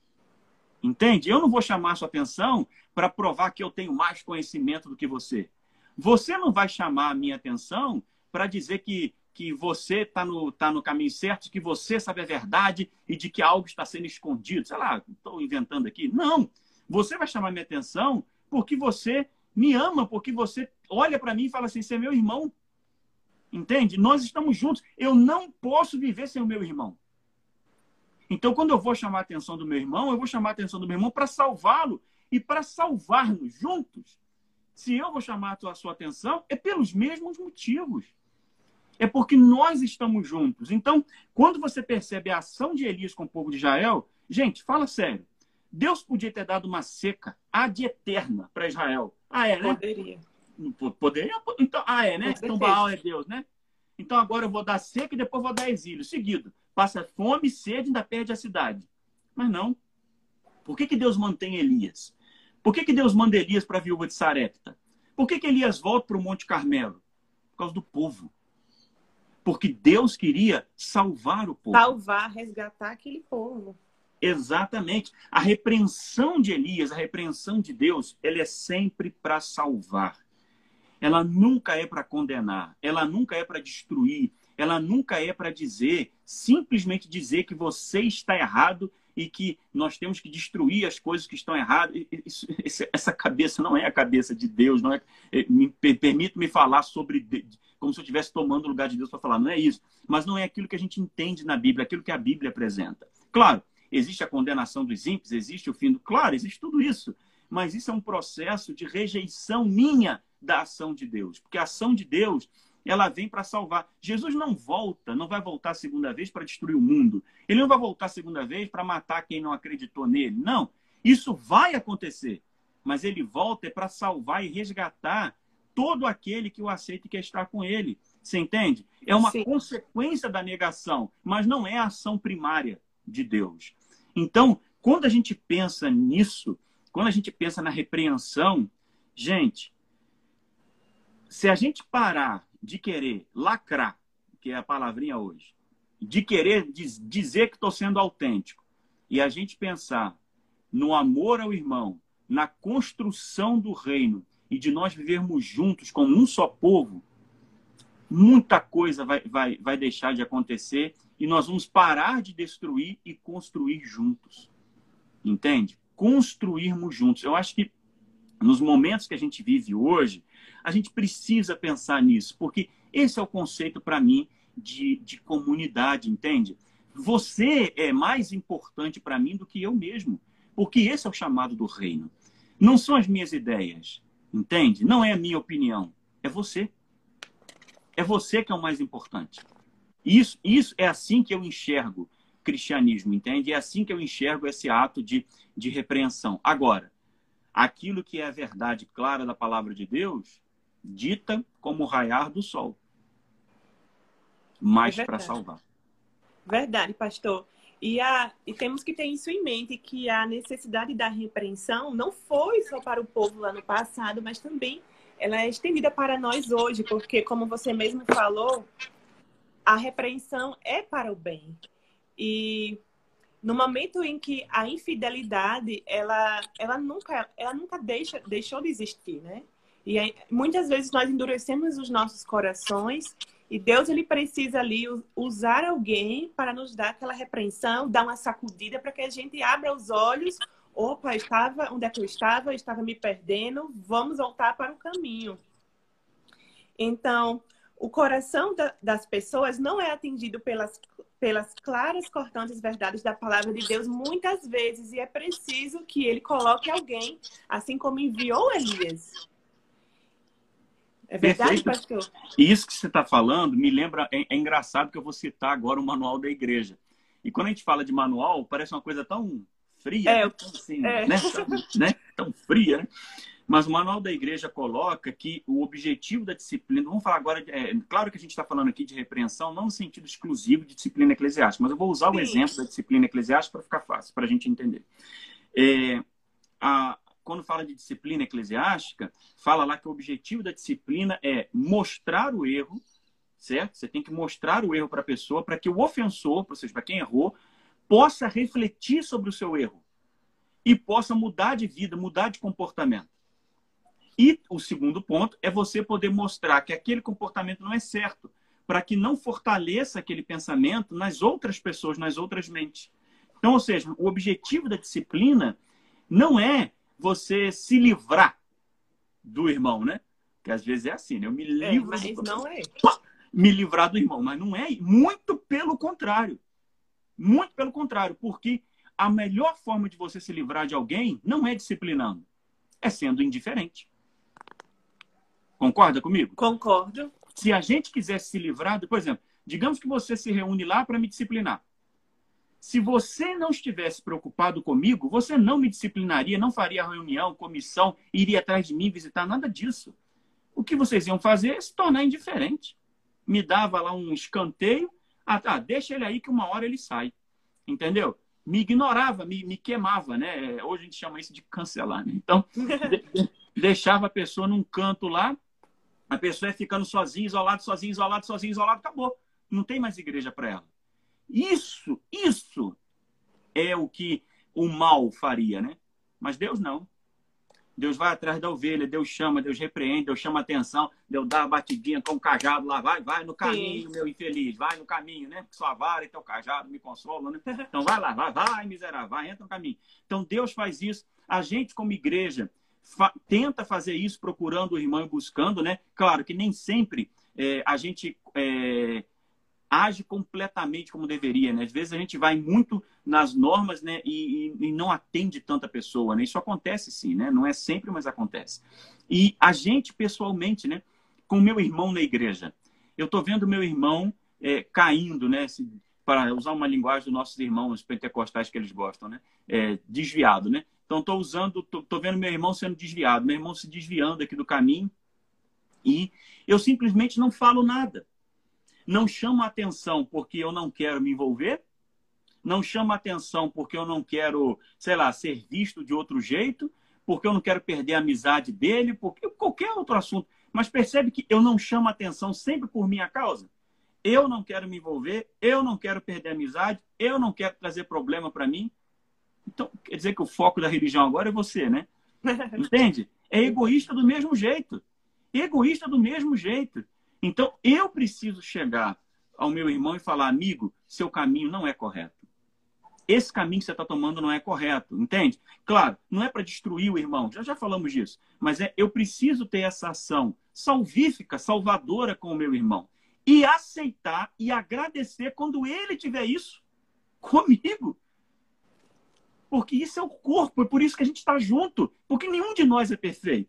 Entende? Eu não vou chamar a sua atenção para provar que eu tenho mais conhecimento do que você. Você não vai chamar a minha atenção para dizer que, que você está no, tá no caminho certo, que você sabe a verdade e de que algo está sendo escondido. Sei lá, estou inventando aqui. Não. Você vai chamar a minha atenção porque você me ama, porque você olha para mim e fala assim, você é meu irmão. Entende? Nós estamos juntos. Eu não posso viver sem o meu irmão. Então, quando eu vou chamar a atenção do meu irmão, eu vou chamar a atenção do meu irmão para salvá-lo e para salvar-nos juntos. Se eu vou chamar a sua atenção, é pelos mesmos motivos. É porque nós estamos juntos. Então, quando você percebe a ação de Elias com o povo de Israel, gente, fala sério. Deus podia ter dado uma seca ad eterna para Israel. Ah, é, né? Poderia. Poderia? Então, ah, é, né? Então, Baal é Deus, né? Então, agora eu vou dar seca e depois vou dar exílio. Seguido. Passa fome, sede, ainda perde a cidade. Mas não. Por que, que Deus mantém Elias? Por que, que Deus manda Elias para a viúva de Sarepta? Por que, que Elias volta para o Monte Carmelo? Por causa do povo. Porque Deus queria salvar o povo. Salvar, resgatar aquele povo. Exatamente. A repreensão de Elias, a repreensão de Deus, ela é sempre para salvar. Ela nunca é para condenar. Ela nunca é para destruir. Ela nunca é para dizer, simplesmente dizer que você está errado e que nós temos que destruir as coisas que estão erradas. Isso, essa cabeça não é a cabeça de Deus. Não é, me, permito-me falar sobre, como se eu estivesse tomando o lugar de Deus para falar. Não é isso. Mas não é aquilo que a gente entende na Bíblia, aquilo que a Bíblia apresenta. Claro, existe a condenação dos ímpios, existe o fim do... Claro, existe tudo isso. Mas isso é um processo de rejeição minha da ação de Deus. Porque a ação de Deus, ela vem para salvar. Jesus não volta, não vai voltar a segunda vez para destruir o mundo. Ele não vai voltar a segunda vez para matar quem não acreditou nele. Não. Isso vai acontecer. Mas ele volta é para salvar e resgatar todo aquele que o aceita e quer estar com ele. Você entende? É uma Sim. consequência da negação, mas não é a ação primária de Deus. Então, quando a gente pensa nisso, quando a gente pensa na repreensão, gente, se a gente parar de querer lacrar, que é a palavrinha hoje, de querer diz, dizer que estou sendo autêntico, e a gente pensar no amor ao irmão, na construção do reino, e de nós vivermos juntos como um só povo, muita coisa vai, vai, vai deixar de acontecer e nós vamos parar de destruir e construir juntos. Entende? Construirmos juntos. Eu acho que nos momentos que a gente vive hoje, a gente precisa pensar nisso, porque esse é o conceito para mim de, de comunidade, entende? Você é mais importante para mim do que eu mesmo, porque esse é o chamado do reino. Não são as minhas ideias, entende? Não é a minha opinião. É é você. É você que é o mais importante. Isso, isso é assim que eu enxergo cristianismo, entende? É assim que eu enxergo esse ato de, de repreensão. Agora, aquilo que é a verdade clara da palavra de Deus, dita como o raiar do sol. Mas É para verdade. salvar. Verdade, pastor. E, a, e temos que ter isso em mente, que a necessidade da repreensão não foi só para o povo lá no passado, mas também ela é estendida para nós hoje, porque, como você mesmo falou, a repreensão é para o bem. E no momento em que a infidelidade, ela, ela nunca, ela nunca deixa, deixou de existir, né? E aí, muitas vezes nós endurecemos os nossos corações e Deus, ele precisa ali usar alguém para nos dar aquela repreensão, dar uma sacudida para que a gente abra os olhos. Opa, estava, onde é que eu estava? Eu estava me perdendo. Vamos voltar para o caminho. Então, o coração da, das pessoas não é atingido pelas, pelas claras, cortantes verdades da palavra de Deus muitas vezes. E é preciso que ele coloque alguém, assim como enviou Elias. É verdade, Perfeito. pastor? E isso que você está falando me lembra, é, é engraçado que eu vou citar agora o manual da igreja. E quando a gente fala de manual, parece uma coisa tão fria, É, né? Tão, assim, é. né? Tão, né? Tão fria, né? Mas o manual da igreja coloca que o objetivo da disciplina, vamos falar agora, de, é, claro que a gente está falando aqui de repreensão, não no sentido exclusivo de disciplina eclesiástica, mas eu vou usar Sim. o exemplo da disciplina eclesiástica para ficar fácil, para a gente entender. É, a Quando fala de disciplina eclesiástica, fala lá que o objetivo da disciplina é mostrar o erro, certo? Você tem que mostrar o erro para a pessoa, para que o ofensor, ou seja, para quem errou, possa refletir sobre o seu erro e possa mudar de vida, mudar de comportamento. E o segundo ponto é você poder mostrar que aquele comportamento não é certo, para que não fortaleça aquele pensamento nas outras pessoas, nas outras mentes. Então, ou seja, o objetivo da disciplina não é você se livrar do irmão, né? Que às vezes é assim, né? Eu me livro É, mas do... não é. me livrar do irmão, mas não é. Muito pelo contrário. Muito pelo contrário, porque a melhor forma de você se livrar de alguém não é disciplinando, é sendo indiferente. Concorda comigo? Concordo. Se a gente quiser se livrar, por exemplo, digamos que você se reúne lá para me disciplinar. Se você não estivesse preocupado comigo, você não me disciplinaria, não faria reunião, comissão, iria atrás de mim visitar, nada disso. O que vocês iam fazer é se tornar indiferente. Me dava lá um escanteio, ah, tá, deixa ele aí que uma hora ele sai. Entendeu? Me ignorava, me, me queimava, né? Hoje a gente chama isso de cancelar, né? Então, de, de, deixava a pessoa num canto lá, a pessoa ia ficando sozinha, isolada, sozinha, isolada, sozinha, isolada, acabou. Não tem mais igreja para ela. Isso, isso é o que o mal faria, né? Mas Deus não. Deus vai atrás da ovelha, Deus chama, Deus repreende, Deus chama atenção, Deus dá a batidinha com o cajado lá, vai, vai no caminho, Sim. meu infeliz, vai no caminho, né? Porque sua vara e teu cajado me consolam, né? Então vai lá, vai, vai, miserável, vai, entra no caminho. Então Deus faz isso. A gente, como igreja, fa tenta fazer isso procurando o irmão e buscando, né? Claro que nem sempre é, a gente... É, age completamente como deveria, né? Às vezes a gente vai muito nas normas, né? E, e, e não atende tanta pessoa, né? Isso acontece sim, né? Não é sempre, mas acontece. E a gente, pessoalmente, né? Com o meu irmão na igreja. Eu tô vendo meu irmão é, caindo, né? Se, para usar uma linguagem dos nossos irmãos pentecostais que eles gostam, né? É, desviado, né? Então tô usando, tô, tô vendo meu irmão sendo desviado, meu irmão se desviando aqui do caminho e eu simplesmente não falo nada. Não chamo atenção porque eu não quero me envolver, não chamo atenção porque eu não quero, sei lá, ser visto de outro jeito, porque eu não quero perder a amizade dele, porque qualquer outro assunto. Mas percebe que eu não chamo atenção sempre por minha causa? Eu não quero me envolver, eu não quero perder a amizade, eu não quero trazer problema para mim. Então, quer dizer que o foco da religião agora é você, né? Entende? É egoísta do mesmo jeito. Egoísta do mesmo jeito. Então, eu preciso chegar ao meu irmão e falar, amigo, seu caminho não é correto. Esse caminho que você está tomando não é correto, entende? Claro, não é para destruir o irmão, já já falamos disso, mas é, eu preciso ter essa ação salvífica, salvadora com o meu irmão. E aceitar e agradecer quando ele tiver isso comigo. Porque isso é o corpo, é por isso que a gente está junto. Porque nenhum de nós é perfeito.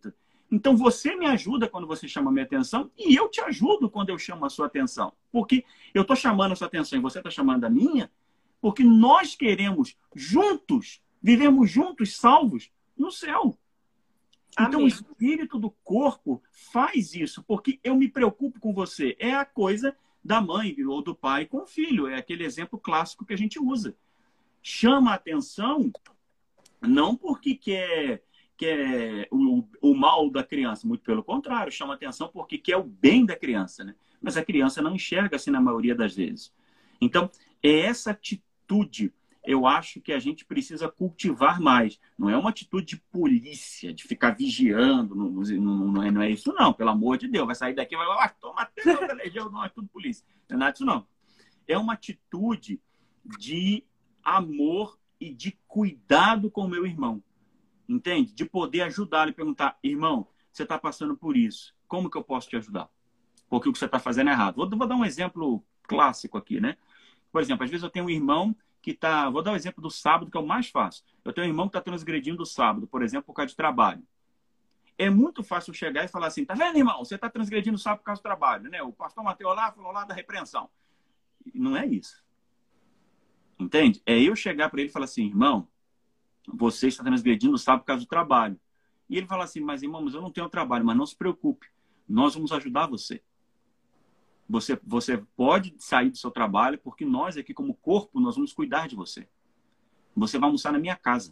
Então, você me ajuda quando você chama a minha atenção e eu te ajudo quando eu chamo a sua atenção. Porque eu estou chamando a sua atenção e você está chamando a minha, porque nós queremos juntos, vivemos juntos, salvos, no céu. Amém. Então, o espírito do corpo faz isso, porque eu me preocupo com você. É a coisa da mãe ou do pai com o filho. É aquele exemplo clássico que a gente usa. Chama a atenção não porque quer... que é o, o mal da criança, muito pelo contrário, chama atenção porque quer o bem da criança, né? Mas a criança não enxerga assim na maioria das vezes. Então, é essa atitude, eu acho que a gente precisa cultivar mais. Não é uma atitude de polícia, de ficar vigiando, não, não, não, é, não é isso não, pelo amor de Deus. Vai sair daqui e vai lá, ah, toma até da legião, não é tudo polícia. Não é nada disso não. É uma atitude de amor e de cuidado com o meu irmão. Entende? De poder ajudá-lo e perguntar, irmão, você está passando por isso, como que eu posso te ajudar? Porque o que você está fazendo é errado. Vou, vou dar um exemplo clássico aqui, né? Por exemplo, às vezes eu tenho um irmão que está... Vou dar o exemplo do sábado, que é o mais fácil. Eu tenho um irmão que está transgredindo o sábado, por exemplo, por causa de trabalho. É muito fácil chegar e falar assim, tá vendo, irmão? Você está transgredindo o sábado por causa do trabalho, né? O pastor Mateus lá falou lá da repreensão. Não é isso. Entende? É eu chegar para ele e falar assim, irmão, você está transgredindo o sábado por causa do trabalho. E ele fala assim, mas irmão, mas eu não tenho trabalho, mas não se preocupe, nós vamos ajudar você. Você, você pode sair do seu trabalho, porque nós aqui como corpo, nós vamos cuidar de você. Você vai almoçar na minha casa.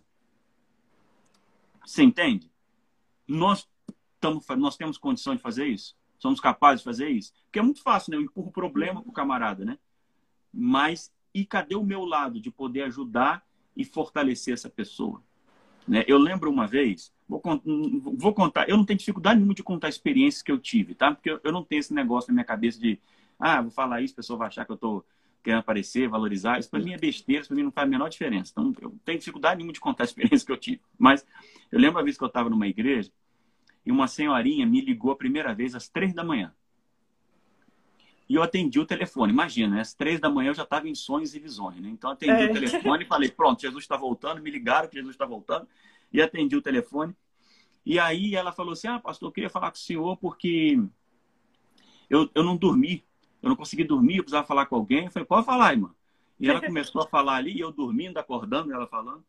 Você entende? Nós, tamo, nós temos condição de fazer isso? Somos capazes de fazer isso? Porque é muito fácil, né? Eu empurro o problema para o camarada, né? Mas, e cadê o meu lado de poder ajudar e fortalecer essa pessoa? Né? Eu lembro uma vez, vou, vou contar, eu não tenho dificuldade nenhuma de contar experiências que eu tive, tá? Porque eu, eu não tenho esse negócio na minha cabeça de, ah, vou falar isso, a pessoa vai achar que eu estou querendo aparecer, valorizar. Isso para mim é besteira, isso para mim não faz a menor diferença. Então, eu não tenho dificuldade nenhuma de contar a experiência que eu tive. Mas eu lembro uma vez que eu estava numa igreja e uma senhorinha me ligou a primeira vez às três da manhã. E eu atendi o telefone. Imagina, né? Às três da manhã eu já estava em sonhos e visões, né? Então, eu atendi é. o telefone e falei, pronto, Jesus está voltando. Me ligaram que Jesus está voltando. E atendi o telefone. E aí ela falou assim, ah, pastor, eu queria falar com o senhor porque eu, eu não dormi. Eu não consegui dormir, eu precisava falar com alguém. Eu falei, pode falar, irmã. E ela começou a falar ali, e eu dormindo, acordando, ela falando.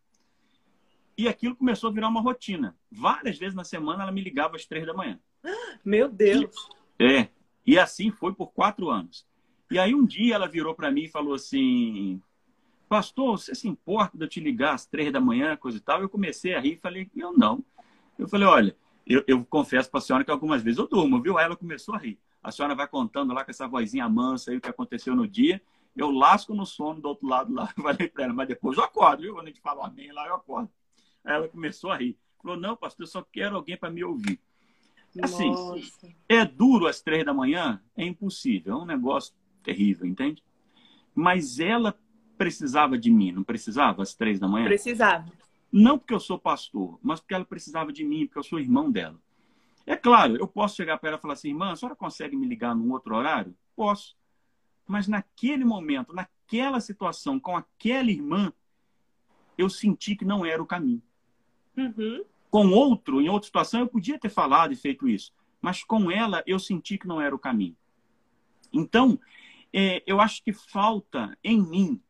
E aquilo começou a virar uma rotina. Várias vezes na semana ela me ligava às três da manhã. Meu Deus! E, é. E assim foi por quatro anos. E aí um dia ela virou para mim e falou assim, pastor, você se importa de eu te ligar às três da manhã, coisa e tal? Eu comecei a rir e falei, eu não. Eu falei, olha, eu, eu confesso para a senhora que algumas vezes eu durmo, viu? Aí ela começou a rir. A senhora vai contando lá com essa vozinha mansa aí o que aconteceu no dia. Eu lasco no sono do outro lado lá. Eu falei para ela, mas depois eu acordo, viu? Quando a gente fala amém lá, eu acordo. Aí ela começou a rir. Falou, não, pastor, eu só quero alguém para me ouvir. Assim, Nossa. É duro às três da manhã? É impossível. É um negócio terrível, entende? Mas ela precisava de mim, não precisava às três da manhã? Precisava. Não porque eu sou pastor, mas porque ela precisava de mim, porque eu sou irmão dela. É claro, eu posso chegar para ela e falar assim, irmã, a senhora consegue me ligar num outro horário? Posso. Mas naquele momento, naquela situação, com aquela irmã, eu senti que não era o caminho. Uhum. Com outro, em outra situação, eu podia ter falado e feito isso. Mas com ela, eu senti que não era o caminho. Então, é, eu acho que falta em mim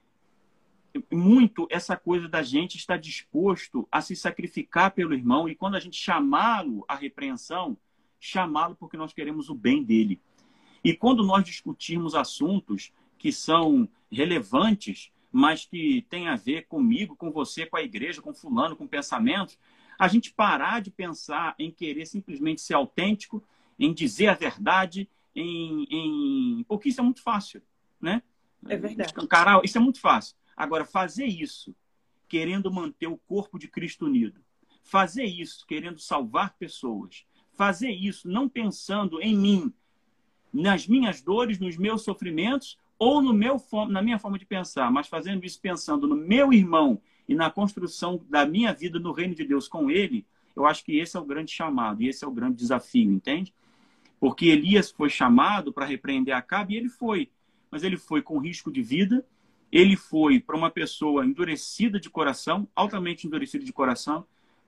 muito essa coisa da gente estar disposto a se sacrificar pelo irmão e quando a gente chamá-lo à repreensão, chamá-lo porque nós queremos o bem dele. E quando nós discutirmos assuntos que são relevantes, mas que têm a ver comigo, com você, com a igreja, com fulano, com pensamentos, a gente parar de pensar em querer simplesmente ser autêntico, em dizer a verdade, em, em... porque isso é muito fácil, né? É verdade. Escancarar, isso é muito fácil. Agora, fazer isso querendo manter o corpo de Cristo unido, fazer isso querendo salvar pessoas, fazer isso não pensando em mim, nas minhas dores, nos meus sofrimentos ou no meu, na minha forma de pensar, mas fazendo isso pensando no meu irmão e na construção da minha vida no reino de Deus com ele, eu acho que esse é o grande chamado e esse é o grande desafio, entende? Porque Elias foi chamado para repreender Acabe e ele foi, mas ele foi com risco de vida. Ele foi para uma pessoa endurecida de coração, altamente endurecida de coração,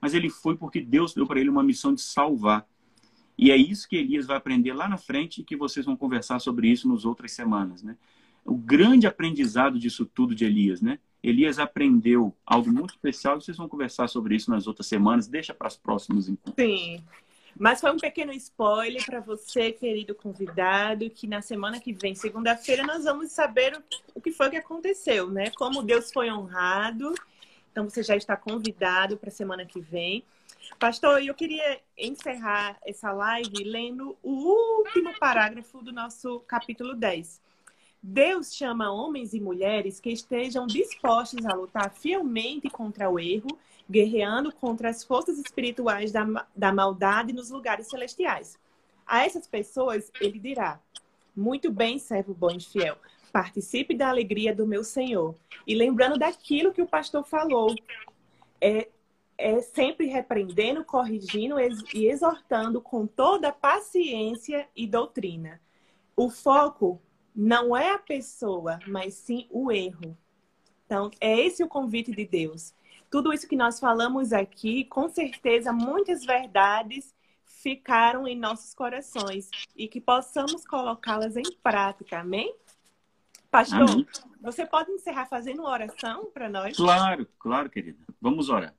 mas ele foi porque Deus deu para ele uma missão de salvar. E é isso que Elias vai aprender lá na frente e que vocês vão conversar sobre isso nas outras semanas, né? O grande aprendizado disso tudo de Elias, né? Elias aprendeu algo muito especial e vocês vão conversar sobre isso nas outras semanas. Deixa para os próximos encontros. Sim. Mas foi um pequeno spoiler para você, querido convidado, que na semana que vem, segunda-feira, nós vamos saber o que foi que aconteceu, né? Como Deus foi honrado. Então, você já está convidado para a semana que vem. Pastor, eu queria encerrar essa live lendo o último parágrafo do nosso capítulo dez. Deus chama homens e mulheres que estejam dispostos a lutar fielmente contra o erro, guerreando contra as forças espirituais da, da maldade nos lugares celestiais. A essas pessoas, ele dirá: muito bem, servo bom e fiel, participe da alegria do meu Senhor. E lembrando daquilo que o pastor falou, é, é sempre repreendendo, corrigindo e exortando com toda paciência e doutrina. O foco não é a pessoa, mas sim o erro. Então, é esse o convite de Deus. Tudo isso que nós falamos aqui, com certeza, muitas verdades ficaram em nossos corações e que possamos colocá-las em prática. Amém? Pastor, Amém. Você pode encerrar fazendo uma oração para nós? Claro, claro, querida. Vamos orar.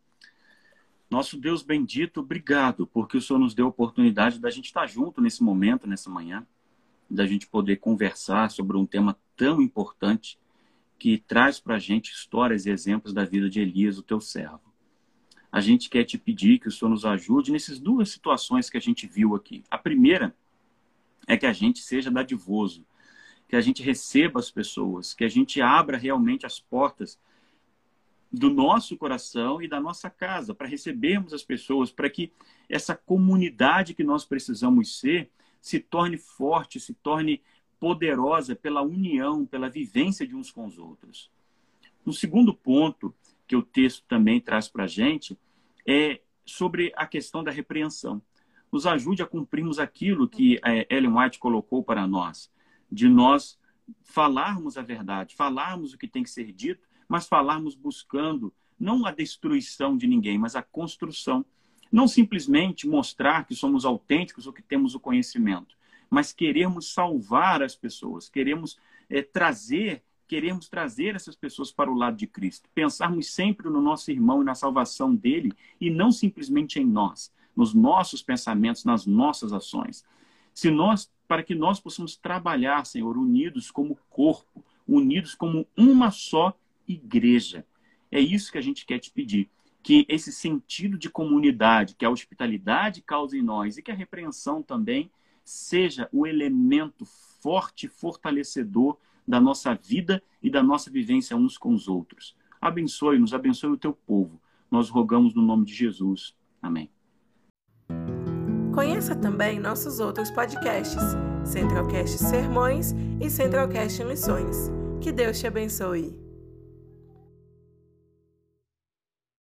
Nosso Deus bendito, obrigado, porque o Senhor nos deu a oportunidade da gente estar junto nesse momento, nessa manhã, da gente poder conversar sobre um tema tão importante que traz para a gente histórias e exemplos da vida de Elias, o teu servo. A gente quer te pedir que o Senhor nos ajude nessas duas situações que a gente viu aqui. A primeira é que a gente seja dadivoso, que a gente receba as pessoas, que a gente abra realmente as portas do nosso coração e da nossa casa para recebermos as pessoas, para que essa comunidade que nós precisamos ser se torne forte, se torne poderosa pela união, pela vivência de uns com os outros. Um segundo ponto que o texto também traz para a gente é sobre a questão da repreensão. Nos ajude a cumprirmos aquilo que a Ellen White colocou para nós, de nós falarmos a verdade, falarmos o que tem que ser dito, mas falarmos buscando não a destruição de ninguém, mas a construção. Não simplesmente mostrar que somos autênticos ou que temos o conhecimento, mas queremos salvar as pessoas, queremos é, trazer, queremos trazer essas pessoas para o lado de Cristo. Pensarmos sempre no nosso irmão e na salvação dele e não simplesmente em nós, nos nossos pensamentos, nas nossas ações. Se nós, para que nós possamos trabalhar, Senhor, unidos como corpo, unidos como uma só igreja. É isso que a gente quer te pedir. Que esse sentido de comunidade, que a hospitalidade causa em nós e que a repreensão também seja o elemento forte e fortalecedor da nossa vida e da nossa vivência uns com os outros. Abençoe-nos, abençoe o teu povo. Nós rogamos no nome de Jesus. Amém. Conheça também nossos outros podcasts, Centralcast Sermões e Centralcast Missões. Que Deus te abençoe.